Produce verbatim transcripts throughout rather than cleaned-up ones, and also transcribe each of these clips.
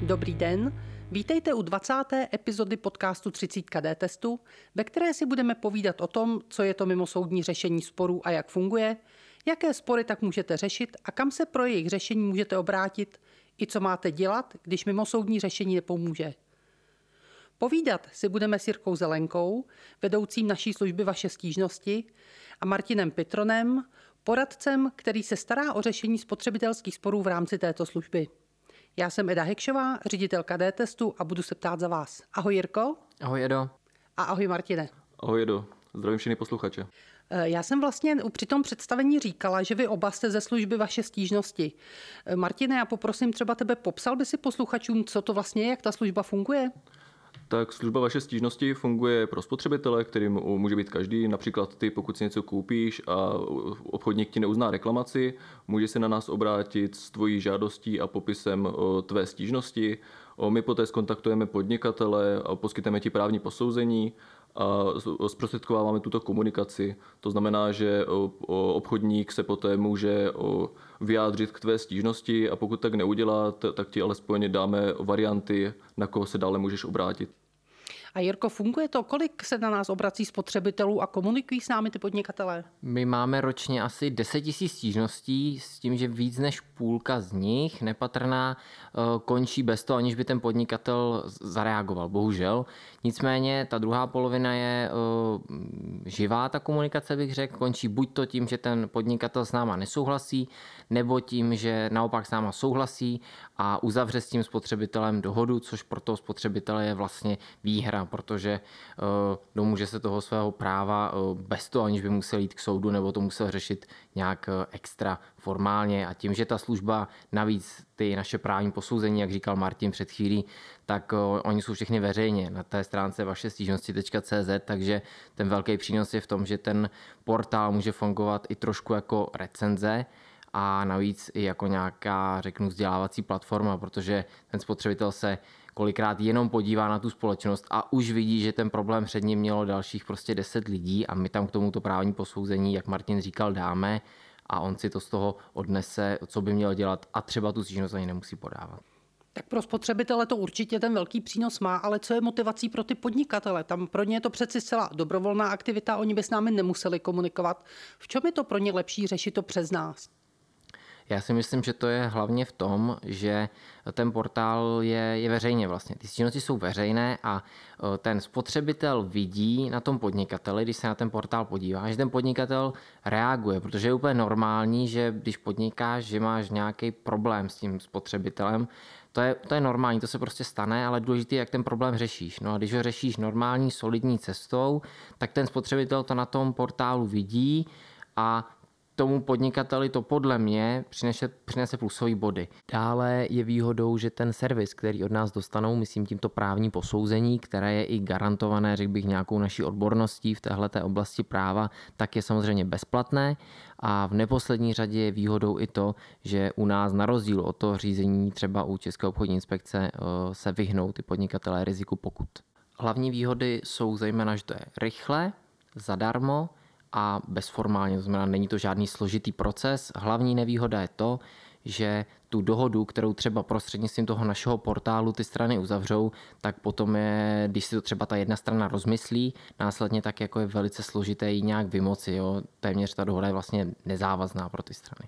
Dobrý den, vítejte u dvacáté epizody podcastu třicet D testu, ve které si budeme povídat o tom, co je to mimosoudní řešení sporů a jak funguje, jaké spory tak můžete řešit a kam se pro jejich řešení můžete obrátit, i co máte dělat, když mimosoudní řešení nepomůže. Povídat si budeme s Jirkou Zelenkou, vedoucím naší služby Vaše stížnosti, a Martinem Pitronem, poradcem, který se stará o řešení spotřebitelských sporů v rámci této služby. Já jsem Eda Hekšová, ředitelka D-testu a budu se ptát za vás. Ahoj Jirko. Ahoj Edo. A ahoj Martine. Ahoj Edo, zdravím všechny posluchače. Já jsem vlastně při tom představení říkala, že vy oba jste ze služby Vaše stížnosti. Martine, já poprosím třeba tebe, popsal by si posluchačům, co to vlastně je, jak ta služba funguje? Tak služba Vaše stížnosti funguje pro spotřebitele, kterým může být každý, například ty, pokud si něco koupíš a obchodník ti neuzná reklamaci, může se na nás obrátit s tvojí žádostí a popisem tvé stížnosti. My poté zkontaktujeme podnikatele a poskytneme ti právní posouzení a zprostředkováváme tuto komunikaci. To znamená, že obchodník se poté může vyjádřit k tvé stížnosti a pokud tak neudělá, tak ti alespoň dáme varianty, na koho se dále můžeš obrátit. A Jirko, funguje to? Kolik se na nás obrací spotřebitelů a komunikují s námi ty podnikatelé? My máme ročně asi deset tisíc stížností s tím, že víc než půlka z nich nepatrná končí bez toho, aniž by ten podnikatel zareagoval, bohužel. Nicméně ta druhá polovina je živá, ta komunikace bych řekl, končí buď to tím, že ten podnikatel s náma nesouhlasí, nebo tím, že naopak s náma souhlasí a uzavře s tím spotřebitelem dohodu, což pro toho spotřebitele je vlastně výhra, protože uh, domůže se toho svého práva uh, bez toho, aniž by musel jít k soudu nebo to musel řešit nějak uh, extra formálně. A tím, že ta služba navíc ty naše právní posouzení, jak říkal Martin před chvílí, tak uh, oni jsou všechny veřejně na té stránce vaše stížnosti tečka cé zet, takže ten velký přínos je v tom, že ten portál může fungovat i trošku jako recenze, a navíc i jako nějaká, řeknu, vzdělávací platforma, protože ten spotřebitel se kolikrát jenom podívá na tu společnost a už vidí, že ten problém před ním mělo dalších prostě deset lidí a my tam k tomuto právní posouzení, jak Martin říkal, dáme a on si to z toho odnese, co by měl dělat a třeba tu stížnost ani nemusí podávat. Tak pro spotřebitele to určitě ten velký přínos má, ale co je motivací pro ty podnikatele? Tam pro ně je to přeci zcela dobrovolná aktivita, oni by s námi nemuseli komunikovat. V čem je to pro ně lepší řešit to přes nás? Já si myslím, že to je hlavně v tom, že ten portál je, je veřejně vlastně. Ty stížnosti jsou veřejné a ten spotřebitel vidí na tom podnikateli, když se na ten portál podívá, že ten podnikatel reaguje, protože je úplně normální, že když podnikáš, že máš nějaký problém s tím spotřebitelem, to je, to je normální, to se prostě stane, ale důležité je, jak ten problém řešíš. No a když ho řešíš normální, solidní cestou, tak ten spotřebitel to na tom portálu vidí a tomu podnikateli to podle mě přinese, přinese plusové body. Dále je výhodou, že ten servis, který od nás dostanou, myslím tímto právní posouzení, které je i garantované, řekl bych, nějakou naší odborností v téhleté oblasti práva, tak je samozřejmě bezplatné a v neposlední řadě je výhodou i to, že u nás na rozdíl od toho řízení třeba u České obchodní inspekce se vyhnou ty podnikatelé riziku pokut. Hlavní výhody jsou zejména, že to je rychle, zadarmo, a bezformálně, to znamená, není to žádný složitý proces. Hlavní nevýhoda je to, že tu dohodu, kterou třeba prostřednictvím toho našeho portálu ty strany uzavřou, tak potom je, když si to třeba ta jedna strana rozmyslí, následně tak jako je velice složité ji nějak vymoci. Jo? Téměř ta dohoda je vlastně nezávazná pro ty strany.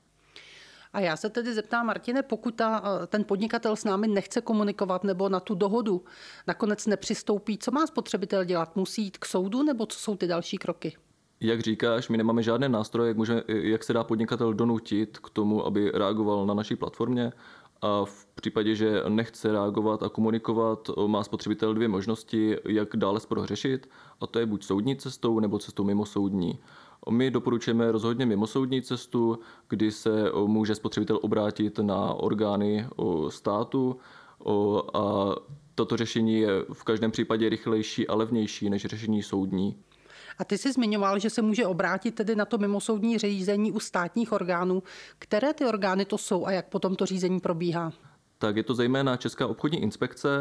A já se tedy zeptám, Martine, pokud ta, ten podnikatel s námi nechce komunikovat nebo na tu dohodu nakonec nepřistoupí, co má spotřebitel dělat? Musí jít k soudu nebo co jsou ty další kroky? Jak říkáš, my nemáme žádné nástroje, jak, může, jak se dá podnikatel donutit k tomu, aby reagoval na naší platformě. A v případě, že nechce reagovat a komunikovat, má spotřebitel dvě možnosti, jak dále spor řešit. A to je buď soudní cestou, nebo cestou mimosoudní. My doporučujeme rozhodně mimosoudní cestu, kdy se může spotřebitel obrátit na orgány státu a toto řešení je v každém případě rychlejší a levnější než řešení soudní. A ty jsi zmiňoval, že se může obrátit tedy na to mimosoudní řízení u státních orgánů. Které ty orgány to jsou a jak potom to řízení probíhá? Tak je to zejména Česká obchodní inspekce,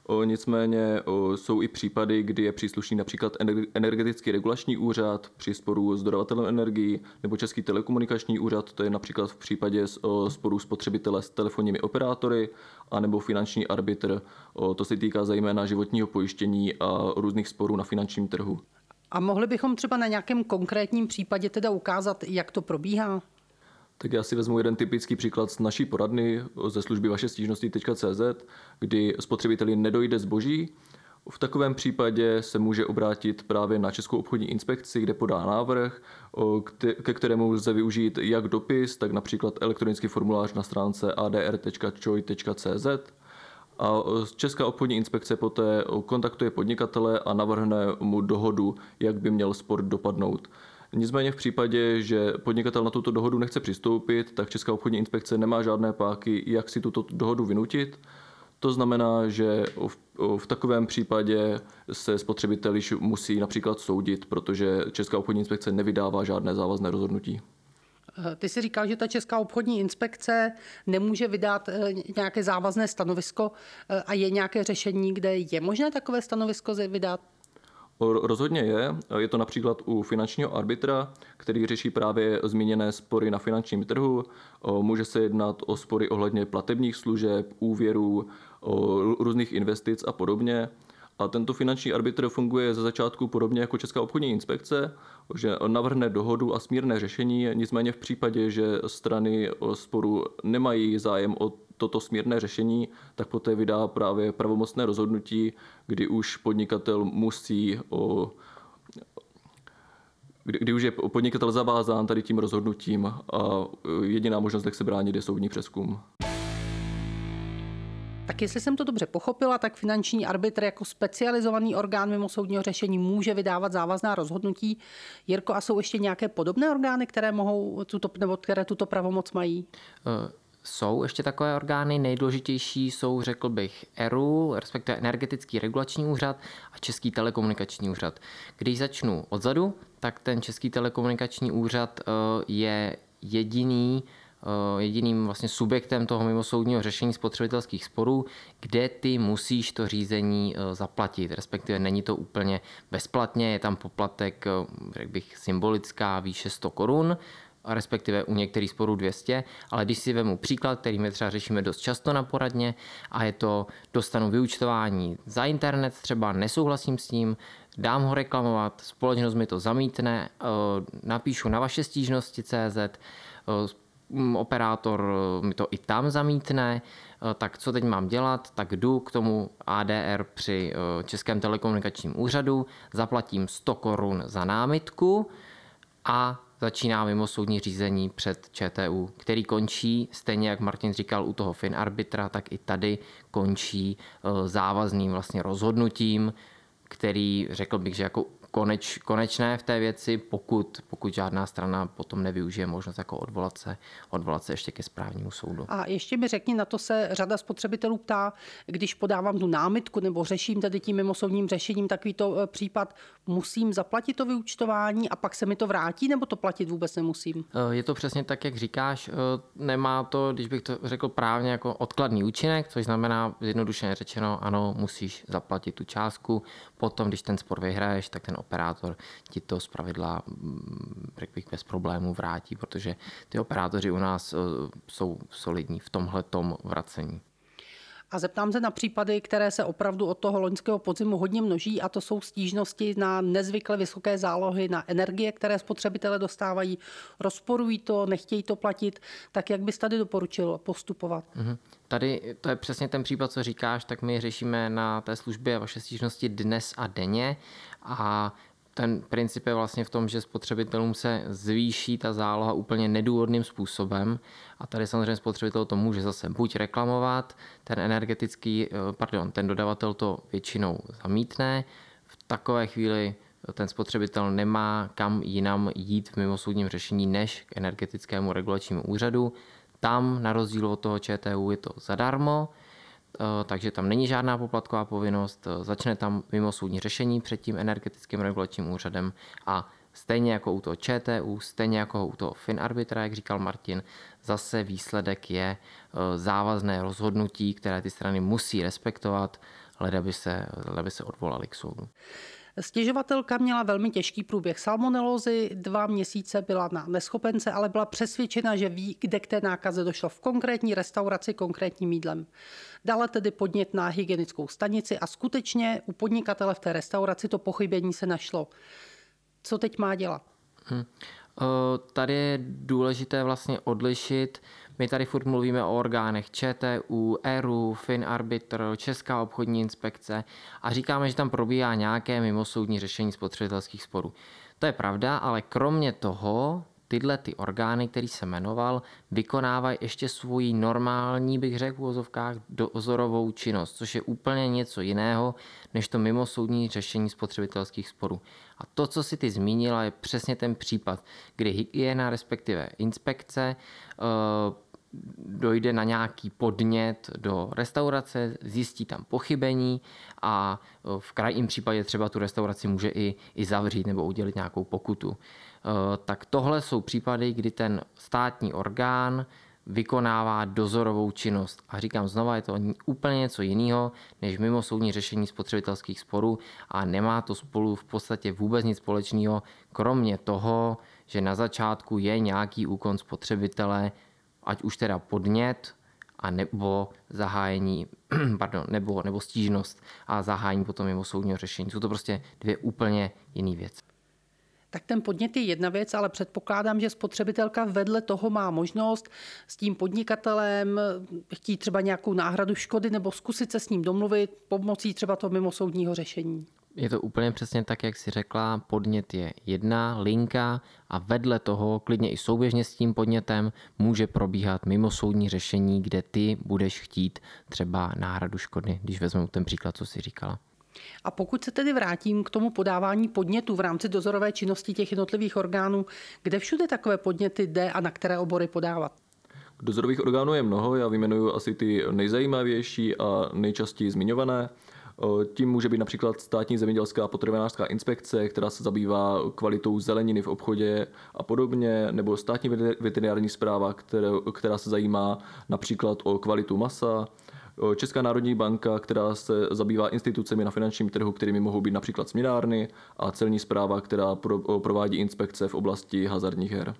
O, nicméně o, jsou i případy, kdy je příslušný například energetický regulační úřad při sporu s dodavatelem energií nebo Český telekomunikační úřad, to je například v případě o, sporu spotřebitele s telefonními operátory, anebo finanční arbitr, o, to se týká zejména životního pojištění a různých sporů na finančním trhu. A mohli bychom třeba na nějakém konkrétním případě teda ukázat, jak to probíhá? Tak já si vezmu jeden typický příklad z naší poradny ze služby vaše stížnosti tečka cé zet, kdy spotřebiteli nedojde zboží. V takovém případě se může obrátit právě na Českou obchodní inspekci, kde podá návrh, ke kterému lze využít jak dopis, tak například elektronický formulář na stránce a d r tečka c o i tečka c z. A Česká obchodní inspekce poté kontaktuje podnikatele a navrhne mu dohodu, jak by měl spor dopadnout. Nicméně v případě, že podnikatel na tuto dohodu nechce přistoupit, tak Česká obchodní inspekce nemá žádné páky, jak si tuto dohodu vynutit. To znamená, že v, v takovém případě se spotřebitel již musí například soudit, protože Česká obchodní inspekce nevydává žádné závazné rozhodnutí. Ty jsi říkal, že ta Česká obchodní inspekce nemůže vydat nějaké závazné stanovisko a je nějaké řešení, kde je možné takové stanovisko vydat? Rozhodně je. Je to například u finančního arbitra, který řeší právě zmíněné spory na finančním trhu. Může se jednat o spory ohledně platebních služeb, úvěrů, různých investic a podobně. A tento finanční arbitr funguje ze začátku podobně jako Česká obchodní inspekce, že navrhne dohodu a smírné řešení, nicméně v případě, že strany sporu nemají zájem o toto smírné řešení, tak poté vydá právě pravomocné rozhodnutí, kdy už podnikatel musí o, kdy, kdy už je podnikatel zavázán tady tím rozhodnutím a jediná možnost, jak se bránit, je soudní přezkum. Tak jestli jsem to dobře pochopila, tak finanční arbitr jako specializovaný orgán mimosoudního řešení může vydávat závazná rozhodnutí. Jirko, a jsou ještě nějaké podobné orgány, které mohou tuto, nebo které tuto pravomoc mají? Uh. Jsou ještě takové orgány, nejdůležitější jsou, řekl bych, E R U, respektive Energetický regulační úřad a Český telekomunikační úřad. Když začnu odzadu, tak ten Český telekomunikační úřad je jediný, jediným vlastně subjektem toho mimosoudního řešení spotřebitelských sporů, kde ty musíš to řízení zaplatit, respektive není to úplně bezplatně, je tam poplatek, řekl bych, symbolická výše sto korun, respektive u některých sporů dvě stě, ale když si vemu příklad, který my třeba řešíme dost často na poradně a je to, dostanu vyúčtování za internet, třeba nesouhlasím s tím, dám ho reklamovat, společnost mi to zamítne, napíšu na vaše stížnosti tečka cé zet, operátor mi to i tam zamítne, tak co teď mám dělat? Tak jdu k tomu A D R při Českém telekomunikačním úřadu, zaplatím sto korun za námitku a začíná mimosoudní řízení před ČTÚ, který končí, stejně jak Martin říkal u toho Finarbitra, tak i tady končí závazným vlastně rozhodnutím, který řekl bych, že jako koneč, konečné v té věci, pokud, pokud žádná strana potom nevyužije možnost jako odvolat se, odvolat se ještě ke správnímu soudu. A ještě mi řekni, na to se řada spotřebitelů ptá, když podávám tu námitku nebo řeším tady tím mimosoudním řešením takovýto případ, musím zaplatit to vyúčtování a pak se mi to vrátí, nebo to platit vůbec nemusím? Je to přesně tak, jak říkáš. Nemá to, když bych to řekl právně, jako odkladný účinek, což znamená zjednodušeně řečeno, ano, musíš zaplatit tu částku. Potom, když ten spor vyhraješ, tak ten operátor ti to zpravidla, řekl bych, bez problémů vrátí, protože ty operátoři u nás jsou solidní v tomhletom vracení. A zeptám se na případy, které se opravdu od toho loňského podzimu hodně množí, a to jsou stížnosti na nezvykle vysoké zálohy na energie, které spotřebitelé dostávají, rozporují to, nechtějí to platit. Tak jak bys tady doporučil postupovat? Mm-hmm. Tady to je přesně ten případ, co říkáš, tak my řešíme na té službě vaše stížnosti dnes a denně a ten princip je vlastně v tom, že spotřebitelům se zvýší ta záloha úplně nedůvodným způsobem a tady samozřejmě spotřebitel to může zase buď reklamovat, ten energetický, pardon, ten dodavatel to většinou zamítne, v takové chvíli ten spotřebitel nemá kam jinam jít v mimosoudním řešení než k energetickému regulačnímu úřadu. Tam na rozdíl od toho ČTÚ je to zadarmo, takže tam není žádná poplatková povinnost, začne tam mimosoudní řešení před tím energetickým regulačním úřadem a stejně jako u toho ČTÚ, stejně jako u toho Finarbitra, jak říkal Martin, zase výsledek je závazné rozhodnutí, které ty strany musí respektovat. leda by se, leda by se odvolali k soudu. Stěžovatelka měla velmi těžký průběh salmonelózy, dva měsíce byla na neschopence, ale byla přesvědčena, že ví, kde k té nákaze došlo v konkrétní restauraci konkrétním jídlem. Dala tedy podnět na hygienickou stanici a skutečně u podnikatele v té restauraci to pochybení se našlo. Co teď má dělat? Hmm. Tady je důležité vlastně odlišit. My tady furt mluvíme o orgánech ČTÚ, ERÚ, Finarbitr, Česká obchodní inspekce a říkáme, že tam probíhá nějaké mimosoudní řešení spotřebitelských sporů. To je pravda, ale kromě toho tyhle ty orgány, který se jmenoval, vykonávají ještě svoji normální, bych řekl v uvozovkách, dozorovou činnost, což je úplně něco jiného, než to mimosoudní řešení spotřebitelských sporů. A to, co si ty zmínila, je přesně ten případ, kdy hygiena, respektive inspekce, dojde na nějaký podnět do restaurace, zjistí tam pochybení a v krajním případě třeba tu restauraci může i, i zavřít nebo udělit nějakou pokutu. Tak tohle jsou případy, kdy ten státní orgán vykonává dozorovou činnost. A říkám znova, je to úplně něco jiného, než mimosoudní řešení spotřebitelských sporů a nemá to spolu v podstatě vůbec nic společného, kromě toho, že na začátku je nějaký úkon spotřebitele, ať už teda podnět, a nebo zahájení, pardon, nebo, nebo stížnost a zahájení potom mimosoudního řešení. Jsou to prostě dvě úplně jiné věci. Tak ten podnět je jedna věc, ale předpokládám, že spotřebitelka vedle toho má možnost s tím podnikatelem chtít třeba nějakou náhradu škody nebo zkusit se s ním domluvit pomocí třeba toho mimosoudního řešení. Je to úplně přesně tak, jak jsi řekla, podnět je jedna linka a vedle toho, klidně i souběžně s tím podnětem, může probíhat mimosoudní řešení, kde ty budeš chtít třeba náhradu škody, když vezmeme ten příklad, co jsi říkala. A pokud se tedy vrátím k tomu podávání podnětů v rámci dozorové činnosti těch jednotlivých orgánů, kde všude takové podněty jde a na které obory podávat? Dozorových orgánů je mnoho, já vyjmenuju asi ty nejzajímavější a nejčastěji zmiňované. Tím může být například státní zemědělská a potravinářská inspekce, která se zabývá kvalitou zeleniny v obchodě a podobně, nebo státní veterinární správa, která se zajímá například o kvalitu masa, Česká národní banka, která se zabývá institucemi na finančním trhu, kterými mohou být například směnárny, a celní správa, která provádí inspekce v oblasti hazardních her.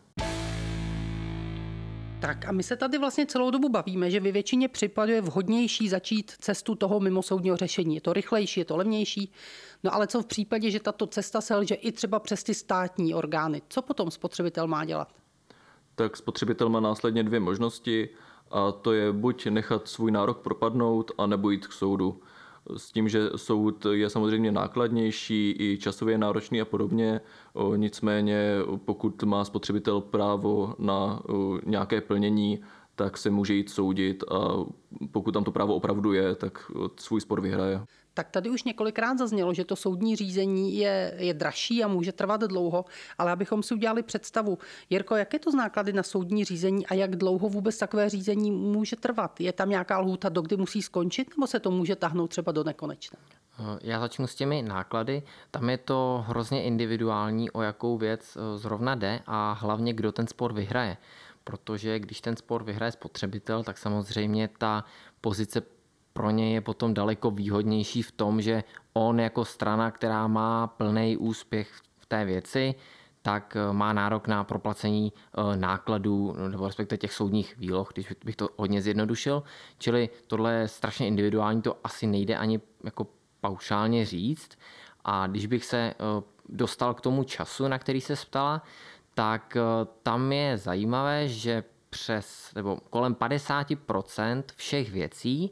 Tak a my se tady vlastně celou dobu bavíme, že ve většině případů je vhodnější začít cestu toho mimosoudního řešení. Je to rychlejší, je to levnější. No ale co v případě, že tato cesta selže i třeba přes ty státní orgány? Co potom spotřebitel má dělat? Tak spotřebitel má následně dvě možnosti, a to je buď nechat svůj nárok propadnout, anebo jít k soudu. S tím, že soud je samozřejmě nákladnější, i časově náročný a podobně, nicméně pokud má spotřebitel právo na nějaké plnění, tak se může jít soudit a pokud tam to právo opravdu je, tak svůj spor vyhraje. Tak tady už několikrát zaznělo, že to soudní řízení je, je dražší a může trvat dlouho, ale abychom si udělali představu. Jirko, jaké to náklady na soudní řízení a jak dlouho vůbec takové řízení může trvat? Je tam nějaká lhůta, dokdy musí skončit, nebo se to může tahnout třeba do nekonečna? Já začnu s těmi náklady. Tam je to hrozně individuální, o jakou věc zrovna jde a hlavně kdo ten spor vyhraje. Protože když ten spor vyhraje spotřebitel, tak samozřejmě ta pozice pro něj je potom daleko výhodnější v tom, že on jako strana, která má plný úspěch v té věci, tak má nárok na proplacení nákladů nebo respektive těch soudních výloh, když bych to hodně zjednodušil. Čili tohle je strašně individuální, to asi nejde ani jako paušálně říct. A když bych se dostal k tomu času, na který se ptala, tak tam je zajímavé, že přes nebo kolem padesát procent všech věcí,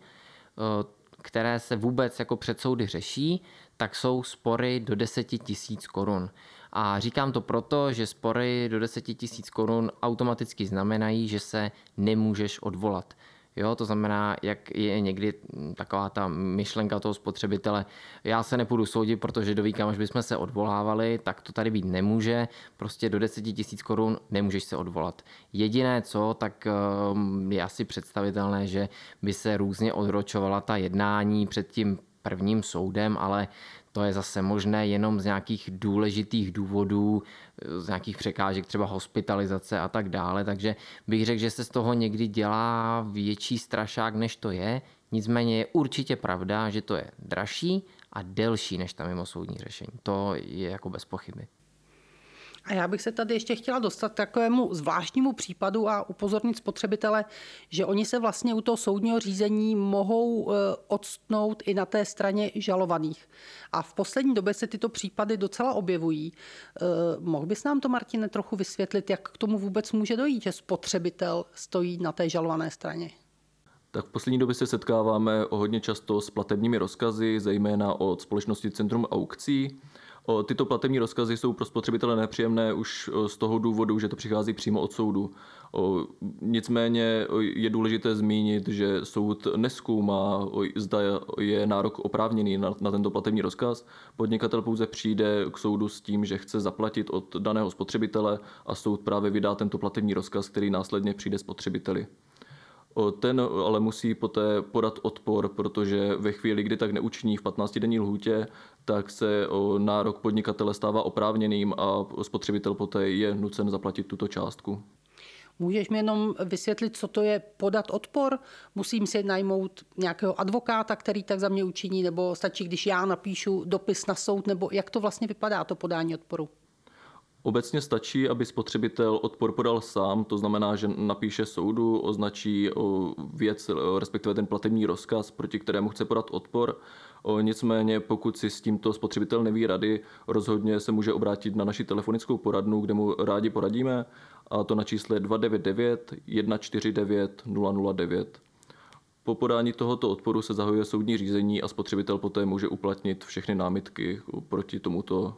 které se vůbec jako před soudy řeší, tak jsou spory do deset tisíc korun. A říkám to proto, že spory do deset tisíc korun automaticky znamenají, že se nemůžeš odvolat. Jo, to znamená, jak je někdy taková ta myšlenka toho spotřebitele, já se nepůjdu soudit, protože dovíkám, až bychom se odvolávali, tak to tady být nemůže, prostě do deset tisíc korun nemůžeš se odvolat. Jediné co, tak je asi představitelné, že by se různě odročovala ta jednání před tím prvním soudem, ale to je zase možné jenom z nějakých důležitých důvodů, z nějakých překážek, třeba hospitalizace a tak dále. Takže bych řekl, že se z toho někdy dělá větší strašák, než to je. Nicméně je určitě pravda, že to je dražší a delší než ta mimosoudní řešení. To je jako bez pochyby. A já bych se tady ještě chtěla dostat k takovému zvláštnímu případu a upozornit spotřebitele, že oni se vlastně u toho soudního řízení mohou odstnout i na té straně žalovaných. A v poslední době se tyto případy docela objevují. Mohl bys nám to, Martine, trochu vysvětlit, jak k tomu vůbec může dojít, že spotřebitel stojí na té žalované straně? Tak v poslední době se setkáváme hodně často s platebními rozkazy, zejména od společnosti Centrum aukcí. Tyto platební rozkazy jsou pro spotřebitele nepříjemné už z toho důvodu, že to přichází přímo od soudu. Nicméně je důležité zmínit, že soud nezkoumá, zda je nárok oprávněný na, na tento platební rozkaz. Podnikatel pouze přijde k soudu s tím, že chce zaplatit od daného spotřebitele a soud právě vydá tento platební rozkaz, který následně přijde spotřebiteli. Ten ale musí poté podat odpor, protože ve chvíli, kdy tak neučiní v patnáctidenní lhůtě, tak se nárok podnikatele stává oprávněným a spotřebitel poté je nucen zaplatit tuto částku. Můžeš mi jenom vysvětlit, co to je podat odpor? Musím si najmout nějakého advokáta, který tak za mě učiní, nebo stačí, když já napíšu dopis na soud, nebo jak to vlastně vypadá, to podání odporu? Obecně stačí, aby spotřebitel odpor podal sám, to znamená, že napíše soudu, označí věc, respektive ten platební rozkaz, proti kterému chce podat odpor. Nicméně, pokud si s tímto spotřebitel neví rady, rozhodně se může obrátit na naši telefonickou poradnu, kde mu rádi poradíme, a to na čísle dva devět devět jedna čtyři devět nula nula devět. Po podání tohoto odporu se zahajuje soudní řízení a spotřebitel poté může uplatnit všechny námitky proti tomuto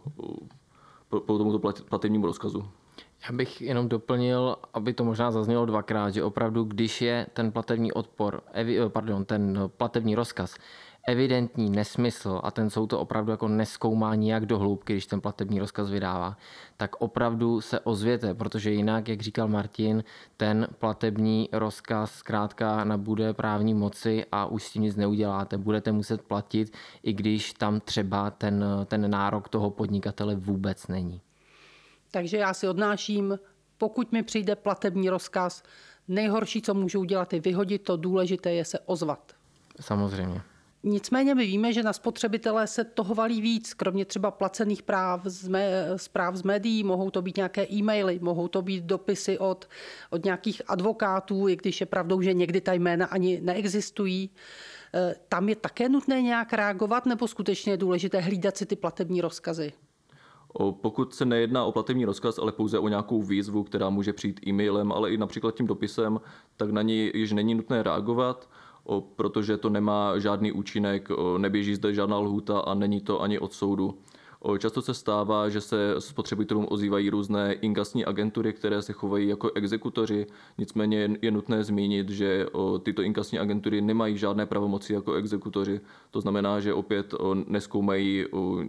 po tomuto platebnímu rozkazu. Já bych jenom doplnil, aby to možná zaznělo dvakrát, že opravdu, když je ten platební odpor, pardon, ten platební rozkaz evidentní nesmysl a ten soud to opravdu jako nezkoumá nijak do hloubky, když ten platební rozkaz vydává, tak opravdu se ozvěte, protože jinak, jak říkal Martin, ten platební rozkaz zkrátka nabude právní moci a už s tím nic neuděláte. Budete muset platit, i když tam třeba ten, ten nárok toho podnikatele vůbec není. Takže já si odnáším, pokud mi přijde platební rozkaz, nejhorší, co můžu udělat, je vyhodit to, důležité je se ozvat. Samozřejmě. Nicméně my víme, že na spotřebitele se toho valí víc, kromě třeba placených práv z, mé, zpráv z médií, mohou to být nějaké e-maily, mohou to být dopisy od, od nějakých advokátů, i když je pravdou, že někdy ta jména ani neexistují. Tam je také nutné nějak reagovat, nebo skutečně je důležité hlídat si ty platební rozkazy? Pokud se nejedná o platební rozkaz, ale pouze o nějakou výzvu, která může přijít e-mailem, ale i například tím dopisem, tak na ní již není nutné reagovat, protože to nemá žádný účinek, neběží zde žádná lhůta a není to ani od soudu. Často se stává, že se spotřebitelům ozývají různé inkasní agentury, které se chovají jako exekutoři. Nicméně je nutné zmínit, že tyto inkasní agentury nemají žádné pravomoci jako exekutoři. To znamená, že opět nezkoumají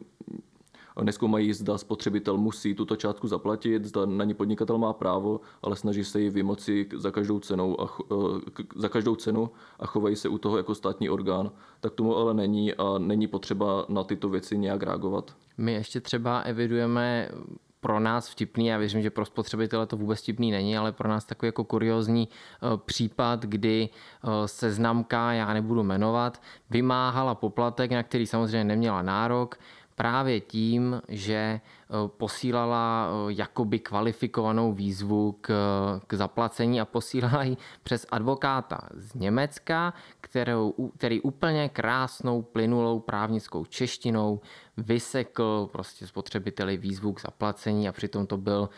Nezkoumají, zda spotřebitel musí tuto částku zaplatit, zda na ní podnikatel má právo, ale snaží se ji vymoci za každou, cenou a, za každou cenu a chovají se u toho jako státní orgán. Tak tomu ale není a není potřeba na tyto věci nějak reagovat. My ještě třeba evidujeme pro nás vtipný, já věřím, že pro spotřebitele to vůbec vtipný není, ale pro nás takový jako kuriózní případ, kdy seznamka, já nebudu jmenovat, vymáhala poplatek, na který samozřejmě neměla nárok, právě tím, že posílala jakoby kvalifikovanou výzvu k, k zaplacení a posílala ji přes advokáta z Německa, kterou, který úplně krásnou, plynulou právnickou češtinou vysekl prostě spotřebiteli výzvu k zaplacení a přitom to byl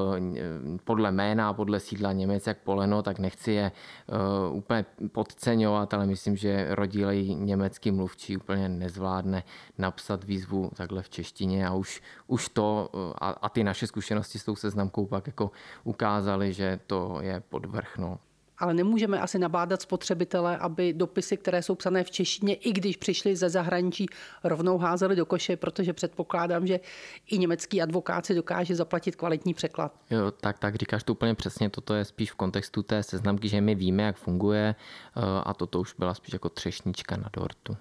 podle jména, podle sídla Němec jak poleno, tak nechci je úplně podceňovat, ale myslím, že rodilej německý mluvčí úplně nezvládne napsat výzvu takhle v češtině a už, už to a, a ty naše zkušenosti s tou seznamkou pak jako ukázaly, že to je podvrchno. Ale nemůžeme asi nabádat spotřebitele, aby dopisy, které jsou psané v češtině, i když přišli ze zahraničí, rovnou házeli do koše, protože předpokládám, že i německý advokát si dokáže zaplatit kvalitní překlad. Jo, tak, tak říkáš to úplně přesně, toto je spíš v kontextu té seznamky, že my víme, jak funguje a toto už byla spíš jako třešnička na dortu.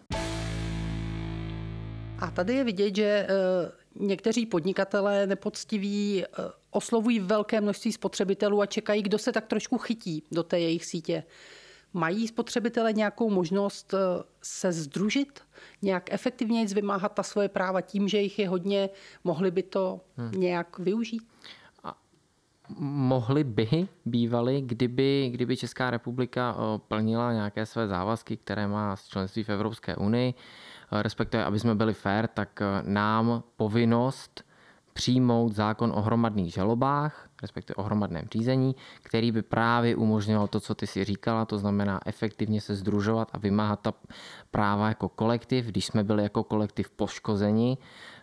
A tady je vidět, že někteří podnikatelé nepoctiví oslovují velké množství spotřebitelů a čekají, kdo se tak trošku chytí do té jejich sítě. Mají spotřebitelé nějakou možnost se sdružit, nějak efektivněji vymáhat ta svoje práva tím, že jich je hodně, mohli by to hmm. nějak využít? Mohli by, bývali, kdyby, kdyby Česká republika plnila nějaké své závazky, které má z členství v Evropské unii, respektive, aby jsme byli fair, tak nám povinnost přijmout zákon o hromadných žalobách, respektive o hromadném řízení, který by právě umožňoval to, co ty si říkala, to znamená efektivně se sdružovat a vymáhat ta práva jako kolektiv, když jsme byli jako kolektiv poškozeni,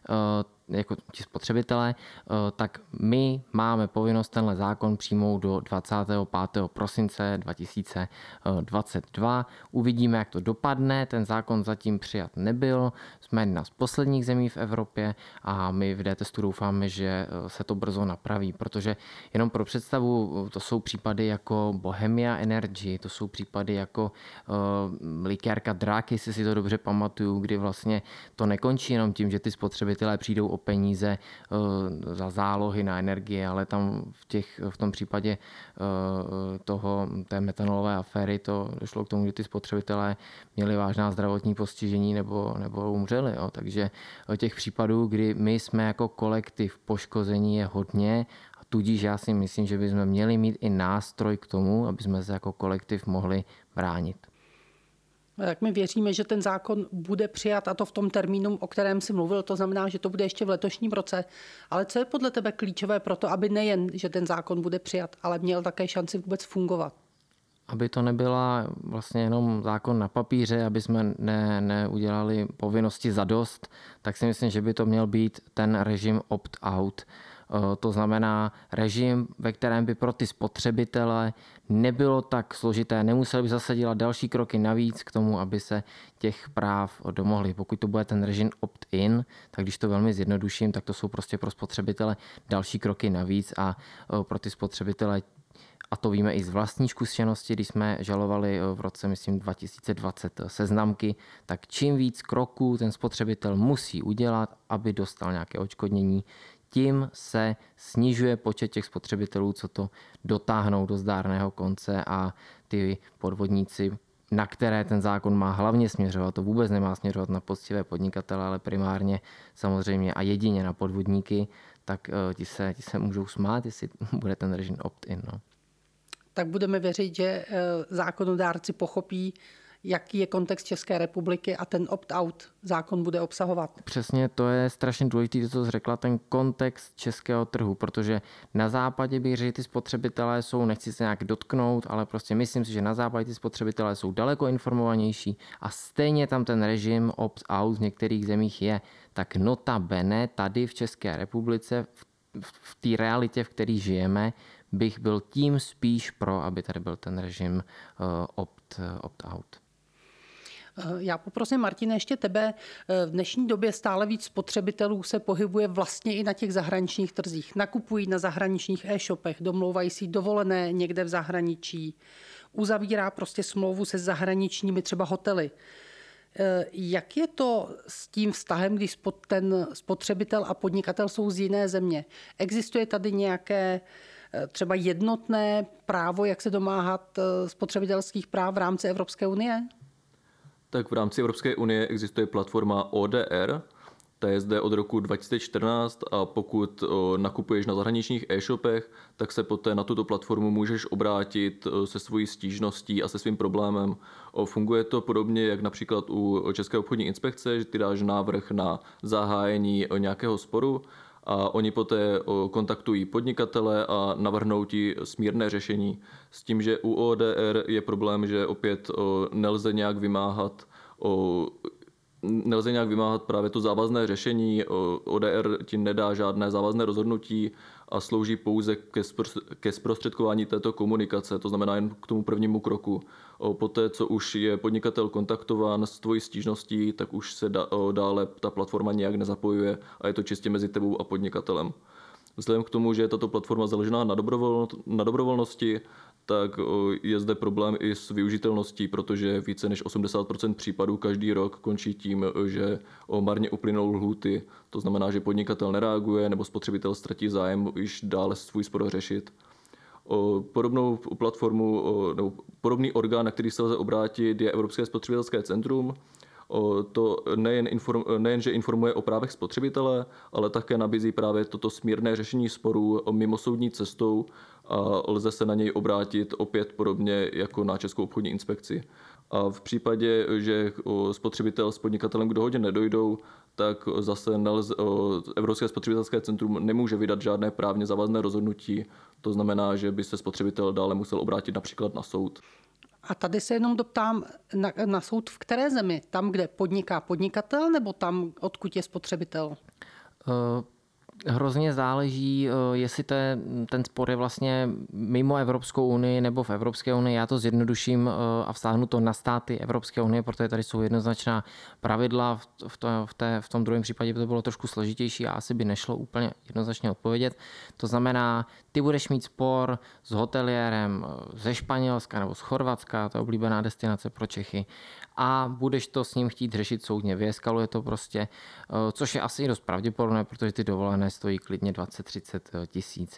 jako ti spotřebitelé, tak my máme povinnost tenhle zákon přijmout do dvacátého pátého prosince dva tisíce dvacet dva. Uvidíme, jak to dopadne. Ten zákon zatím přijat nebyl. Jsme jedna z posledních zemí v Evropě a my v D-testu doufáme, že se to brzo napraví, protože jenom pro představu, to jsou případy jako Bohemia Energy, to jsou případy jako uh, likérka Drak, jestli si to dobře pamatuju, kdy vlastně to nekončí jenom tím, že ty spotřebitelé přijdou o peníze uh, za zálohy na energie, ale tam v, těch, v tom případě uh, toho, té metanolové aféry to došlo k tomu, že ty spotřebitelé měli vážná zdravotní postižení nebo, nebo umřeli. Jo. Takže těch případů, kdy my jsme jako kolektiv poškození, je hodně. Tudíž já si myslím, že bychom měli mít i nástroj k tomu, aby jsme se jako kolektiv mohli bránit. Tak my věříme, že ten zákon bude přijat, a to v tom termínu, o kterém jsi mluvil, to znamená, že to bude ještě v letošním roce. Ale co je podle tebe klíčové pro to, aby nejen, že ten zákon bude přijat, ale měl také šanci vůbec fungovat? Aby to nebyla vlastně jenom zákon na papíře, aby jsme ne, neudělali povinnosti zadost, tak si myslím, že by to měl být ten režim opt-out. To znamená režim, ve kterém by pro ty spotřebitele nebylo tak složité, nemuseli by zase dělat další kroky navíc k tomu, aby se těch práv domohli. Pokud to bude ten režim opt-in, tak když to velmi zjednoduším, tak to jsou prostě pro spotřebitele další kroky navíc a pro ty spotřebitele, a to víme i z vlastní zkušenosti, když jsme žalovali v roce, myslím, dva tisíce dvacet seznamky, tak čím víc kroků ten spotřebitel musí udělat, aby dostal nějaké odškodnění, tím se snižuje počet těch spotřebitelů, co to dotáhnou do zdárného konce, a ty podvodníci, na které ten zákon má hlavně směřovat, to vůbec nemá směřovat na poctivé podnikatele, ale primárně samozřejmě a jedině na podvodníky, tak ti se, ti se můžou smát, jestli bude ten režim opt-in. No. Tak budeme věřit, že zákonodárci pochopí, jaký je kontext České republiky a ten opt-out zákon bude obsahovat. Přesně, to je strašně důležité, co jsi řekla, ten kontext českého trhu, protože na západě bych řekl, že ty spotřebitelé jsou, nechci se nějak dotknout, ale prostě myslím si, že na západě ty spotřebitelé jsou daleko informovanější a stejně tam ten režim opt-out v některých zemích je. Tak notabene tady v České republice, v, v, v té realitě, v které žijeme, bych byl tím spíš pro, aby tady byl ten režim uh, opt, opt-out. Já poprosím, Martine, ještě tebe. V dnešní době stále víc spotřebitelů se pohybuje vlastně i na těch zahraničních trzích. Nakupují na zahraničních e-shopech, domlouvají si dovolené někde v zahraničí. Uzavírá prostě smlouvu se zahraničními třeba hotely. Jak je to s tím vztahem, když ten spotřebitel a podnikatel jsou z jiné země? Existuje tady nějaké třeba jednotné právo, jak se domáhat spotřebitelských práv v rámci Evropské unie? Tak v rámci Evropské unie existuje platforma O D R, ta je zde od roku dva tisíce čtrnáct, a pokud nakupuješ na zahraničních e-shopech, tak se poté na tuto platformu můžeš obrátit se svojí stížností a se svým problémem. Funguje to podobně jak například u České obchodní inspekce, že ty dáš návrh na zahájení nějakého sporu a oni poté kontaktují podnikatele a navrhnou ti smírné řešení. S tím, že u O D R je problém, že opět nelze nějak vymáhat nelze nějak vymáhat právě to závazné řešení. O D R ti nedá žádné závazné rozhodnutí a slouží pouze ke zprostředkování této komunikace, to znamená jen k tomu prvnímu kroku. Poté, co už je podnikatel kontaktován s tvojí stížností, tak už se dále ta platforma nějak nezapojuje a je to čistě mezi tebou a podnikatelem. Vzhledem k tomu, že je tato platforma založená na, dobrovolno, na dobrovolnosti, tak je zde problém i s využitelností, protože více než osmdesát procent případů každý rok končí tím, že marně uplynou lhůty. To znamená, že podnikatel nereaguje nebo spotřebitel ztratí zájem již dále svůj spor řešit. Podobnou platformu nebo podobný orgán, na který se lze obrátit, je Evropské spotřebitelské centrum. To nejen, inform, nejen, že informuje o právech spotřebitele, ale také nabízí právě toto smírné řešení sporů mimosoudní cestou a lze se na něj obrátit opět podobně jako na Českou obchodní inspekci. A v případě, že spotřebitel s podnikatelem k dohodě nedojdou, tak zase nelze, Evropské spotřebitelské centrum nemůže vydat žádné právně závazné rozhodnutí. To znamená, že by se spotřebitel dále musel obrátit například na soud. A tady se jenom doptám na, na soud v které zemi? Tam, kde podniká podnikatel, nebo tam, odkud je spotřebitel? Uh... Hrozně záleží, jestli to je, ten spor je vlastně mimo Evropskou unii nebo v Evropské unii. Já to zjednoduším a vztáhnu to na státy Evropské unie, protože tady jsou jednoznačná pravidla. V, to, v, té, v tom druhém případě by to bylo trošku složitější a asi by nešlo úplně jednoznačně odpovědět. To znamená, ty budeš mít spor s hoteliérem ze Španělska nebo z Chorvatska, to je oblíbená destinace pro Čechy, a budeš to s ním chtít řešit soudně. Vyeskaluje to prostě, což je asi dost pravděpodobné, protože ty dovolené stojí klidně dvacet třicet tisíc.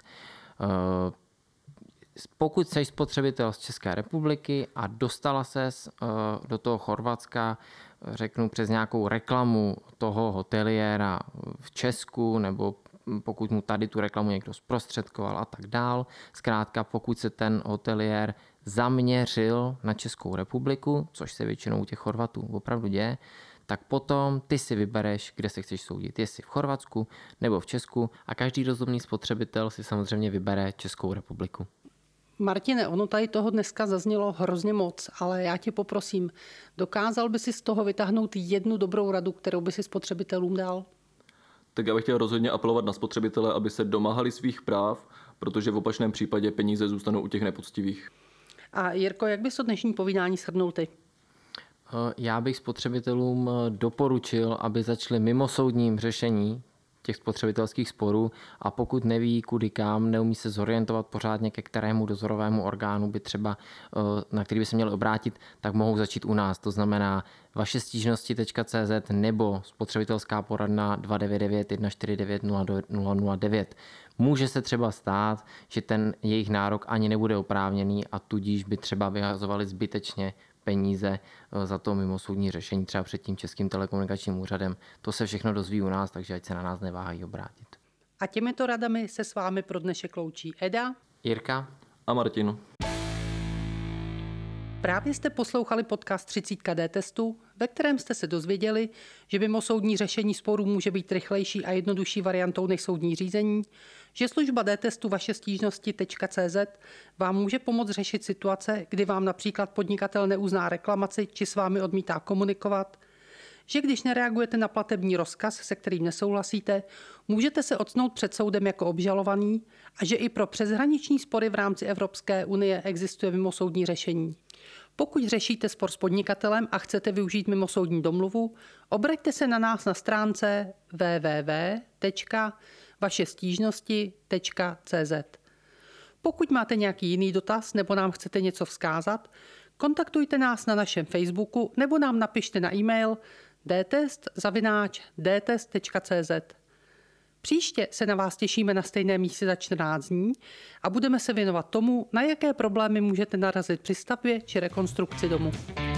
Pokud jsi spotřebitel z České republiky a dostala ses do toho Chorvatska, řeknu přes nějakou reklamu toho hoteliéra v Česku, nebo pokud mu tady tu reklamu někdo zprostředkoval a tak dál. Zkrátka, pokud se ten hoteliér zaměřil na Českou republiku, což se většinou u těch Chorvatů opravdu děje, tak potom ty si vybereš, kde se chceš soudit. Jestli v Chorvatsku nebo v Česku a každý rozumný spotřebitel si samozřejmě vybere Českou republiku. Martine, ono tady toho dneska zaznělo hrozně moc, ale já tě poprosím, dokázal by si z toho vytáhnout jednu dobrou radu, kterou by si spotřebitelům dal? Tak já bych chtěl rozhodně apelovat na spotřebitele, aby se domáhali svých práv, protože v opačném případě peníze zůstanou u těch nepoctivých. A Jirko, jak bys to dnešní povídání shrnul ty? Já bych spotřebitelům doporučil, aby začali mimosoudním řešení těch spotřebitelských sporů a pokud neví kudy kam, neumí se zorientovat pořádně, ke kterému dozorovému orgánu by třeba, na který by se měli obrátit, tak mohou začít u nás. To znamená vaše stížnosti tečka cé zet nebo spotřebitelská poradna dva devět devět jedna čtyři devět nula nula devět. Může se třeba stát, že ten jejich nárok ani nebude oprávněný a tudíž by třeba vyhazovali zbytečně peníze za to mimosoudní řešení třeba před tím Českým telekomunikačním úřadem. To se všechno dozví u nás, takže ať se na nás neváhají obrátit. A těmito radami se s vámi pro dnešek loučí Eda, Jirka a Martin. Právě jste poslouchali podcast třicet D-testu, ve kterém jste se dozvěděli, že mimosoudní řešení sporů může být rychlejší a jednodušší variantou než soudní řízení, že služba D-testu vaše stížnosti tečka cé zet vám může pomoct řešit situace, kdy vám například podnikatel neuzná reklamaci či s vámi odmítá komunikovat, že když nereagujete na platební rozkaz, se kterým nesouhlasíte, můžete se octnout před soudem jako obžalovaný a že i pro přeshraniční spory v rámci Evropské unie existuje mimosoudní řešení. Pokud řešíte spor s podnikatelem a chcete využít mimosoudní domluvu, obraťte se na nás na stránce w w w tečka vaše stížnosti tečka cé zet. Pokud máte nějaký jiný dotaz nebo nám chcete něco vzkázat, kontaktujte nás na našem Facebooku nebo nám napište na e-mail dtest zavináč dtest tečka cé zet. Příště se na vás těšíme na stejné místě za čtrnáct dní a budeme se věnovat tomu, na jaké problémy můžete narazit při stavbě či rekonstrukci domu.